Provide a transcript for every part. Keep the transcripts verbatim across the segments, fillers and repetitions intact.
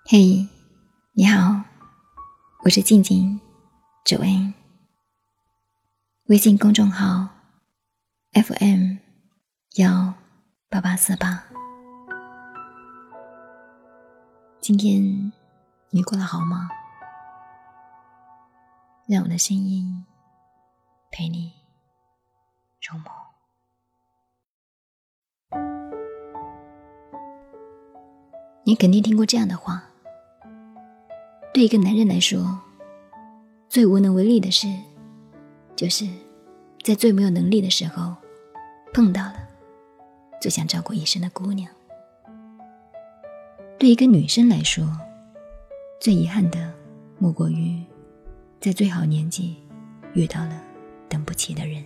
嘿、hey, 你好，我是静静九恩，微信公众号 F M 一八八四八。今天你过得好吗？让我的声音陪你入梦。你肯定听过这样的话，对一个男人来说，最无能为力的事，就是在最没有能力的时候碰到了最想照顾一生的姑娘。对一个女生来说，最遗憾的莫过于在最好年纪遇到了等不起的人。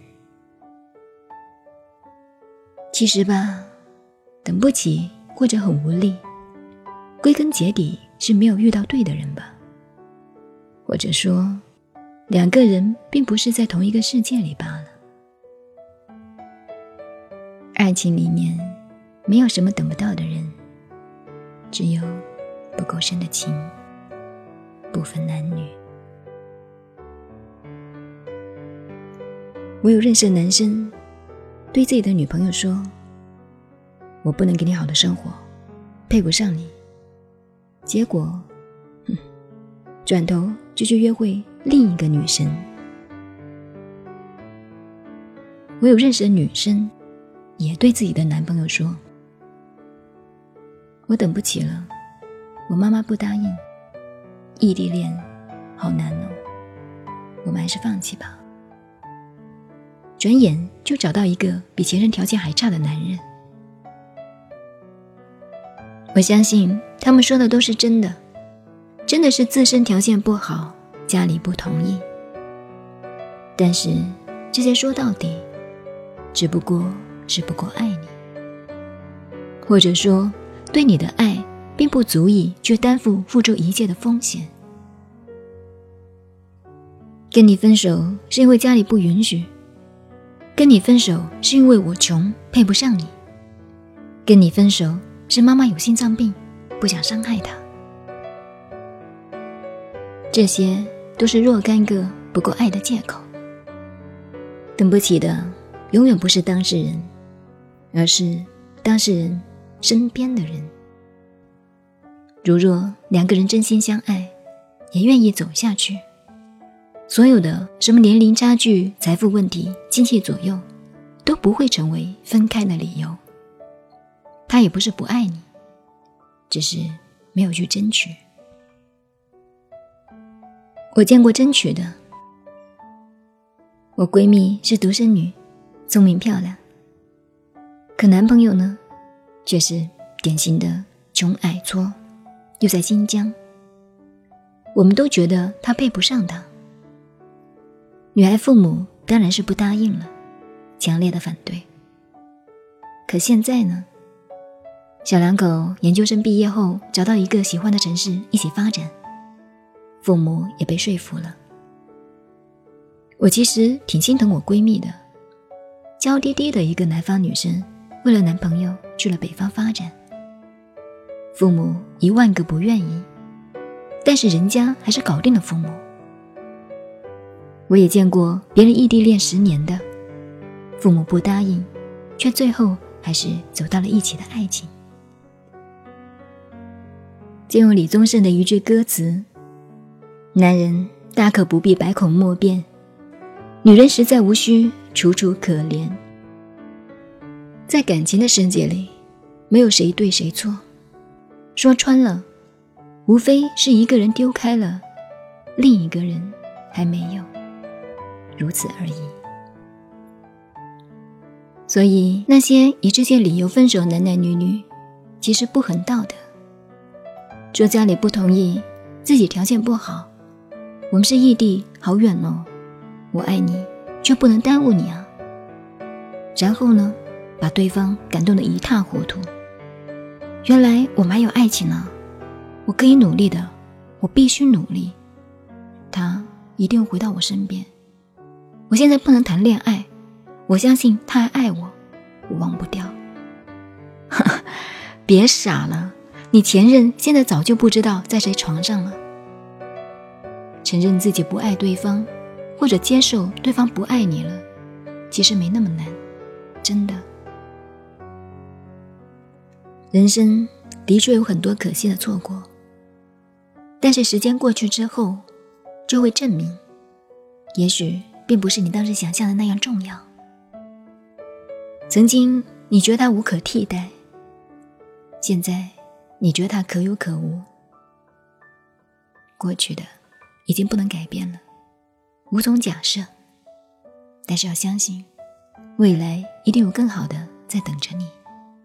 其实吧，等不起或者很无力，归根结底是没有遇到对的人吧，或者说两个人并不是在同一个世界里罢了。爱情里面没有什么等不到的人，只有不够深的情，不分男女。我有认识的男生对自己的女朋友说，我不能给你好的生活，配不上你，结果哼，转头就去约会另一个女生。我有认识的女生也对自己的男朋友说，我等不起了，我妈妈不答应，异地恋好难哦，我们还是放弃吧。转眼就找到一个比前任条件还差的男人。我相信他们说的都是真的，真的是自身条件不好，家里不同意。但是这些说到底只不过是不够爱你，或者说对你的爱并不足以去担负付出一切的风险。跟你分手是因为家里不允许，跟你分手是因为我穷配不上你，跟你分手是妈妈有心脏病不想伤害她。这些都是若干个不够爱的借口。等不起的永远不是当事人，而是当事人身边的人。如若两个人真心相爱，也愿意走下去，所有的什么年龄差距、财富问题、经济左右都不会成为分开的理由。他也不是不爱你，只是没有去争取。我见过争取的，我闺蜜是独生女，聪明漂亮，可男朋友呢，却是典型的穷矮矬，又在新疆。我们都觉得他配不上她。女孩父母当然是不答应了，强烈的反对。可现在呢，小两口研究生毕业后找到一个喜欢的城市一起发展，父母也被说服了。我其实挺心疼我闺蜜的，娇滴滴的一个南方女生，为了男朋友去了北方发展，父母一万个不愿意，但是人家还是搞定了父母。我也见过别人异地恋十年的，父母不答应，却最后还是走到了一起的爱情。借用李宗盛的一句歌词，男人大可不必百口莫辩，女人实在无需楚楚可怜。在感情的世界里，没有谁对谁错，说穿了，无非是一个人丢开了，另一个人还没有，如此而已。所以那些以这些理由分手的男男女女，其实不很道德。说家里不同意，自己条件不好，我们是异地，好远哦，我爱你却不能耽误你啊。然后呢，把对方感动得一塌糊涂。原来我们还有爱情啊，我可以努力的，我必须努力，他一定会回到我身边。我现在不能谈恋爱，我相信他还爱我，我忘不掉。别傻了， 你前任现在早就不知道在谁床上了。承认自己不爱对方，或者接受对方不爱你了，其实没那么难，真的。人生的确有很多可惜的错过，但是时间过去之后，就会证明，也许并不是你当时想象的那样重要。曾经你觉得它无可替代，现在你觉得它可有可无。过去的已经不能改变了，无从假设，但是要相信，未来一定有更好的在等着你。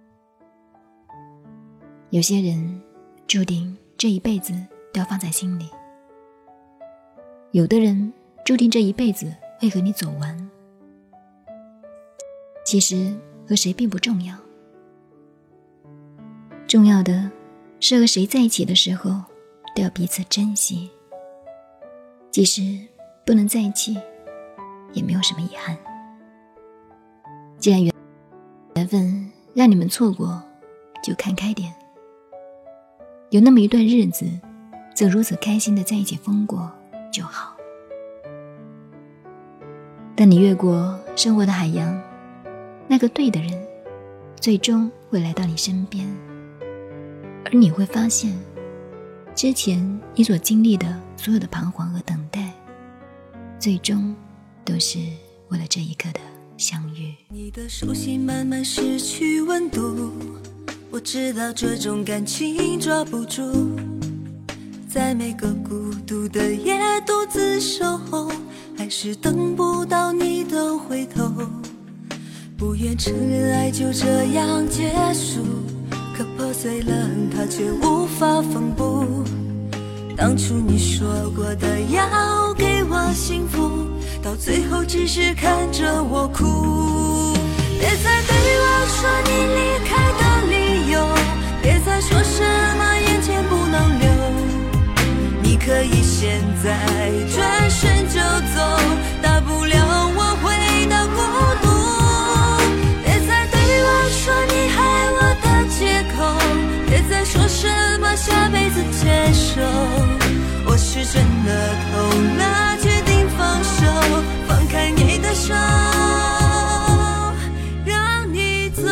有些人注定这一辈子都要放在心里，有的人注定这一辈子会和你走完。其实和谁并不重要，重要的是和谁在一起的时候都要彼此珍惜，即使不能在一起，也没有什么遗憾。既然缘分让你们错过，就看开点，有那么一段日子曾如此开心的在一起疯过就好。当你越过生活的海洋，那个对的人最终会来到你身边，而你会发现，之前你所经历的所有的彷徨和等待，最终都是为了这一刻的相遇。 你的手心慢慢失去温度，我知道这种感情抓不住，在每个孤独的夜独自守候，还是等不到你的回头。不愿承认爱就这样结束，可破碎了它却无法缝补。当初你说过的要给我幸福，到最后只是看着我哭。别再对我说你离开的理由，别再说什么眼前不能留，你可以现在转身就走，大不了我回到孤独。别再对我说你害我的借口，别再说什么下辈子接受，我是真的透了，决定放手，放开你的手，让你走。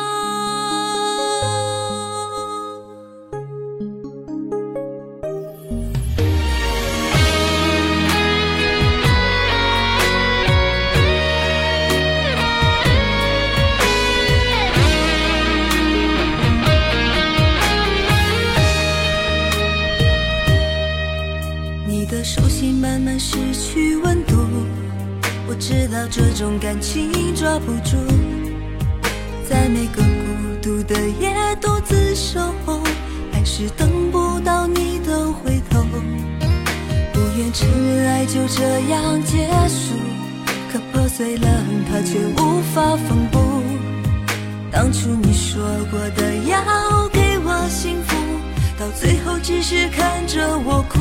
你的手心慢慢失去温度，我知道这种感情抓不住，在每个孤独的夜独自守候，还是等不到你的回头。不愿承认爱就这样结束，可破碎了它却无法缝补。当初你说过的要给我幸福，到最后只是看着我哭。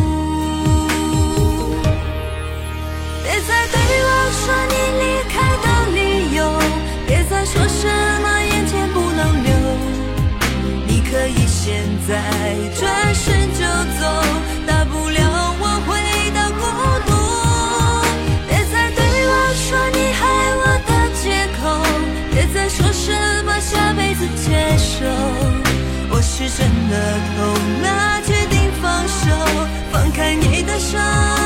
别再对我说你离开的理由，别再说什么眼前不能留，你可以现在转身就走，大不了我回到孤独。别再对我说你害我的借口，别再说什么下辈子接受，我是真的痛了，决定放手，放开你的手，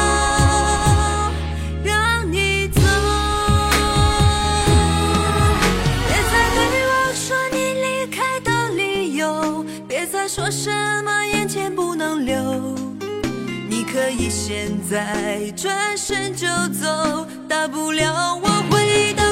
说什么眼前不能留，你可以现在转身就走，大不了我回到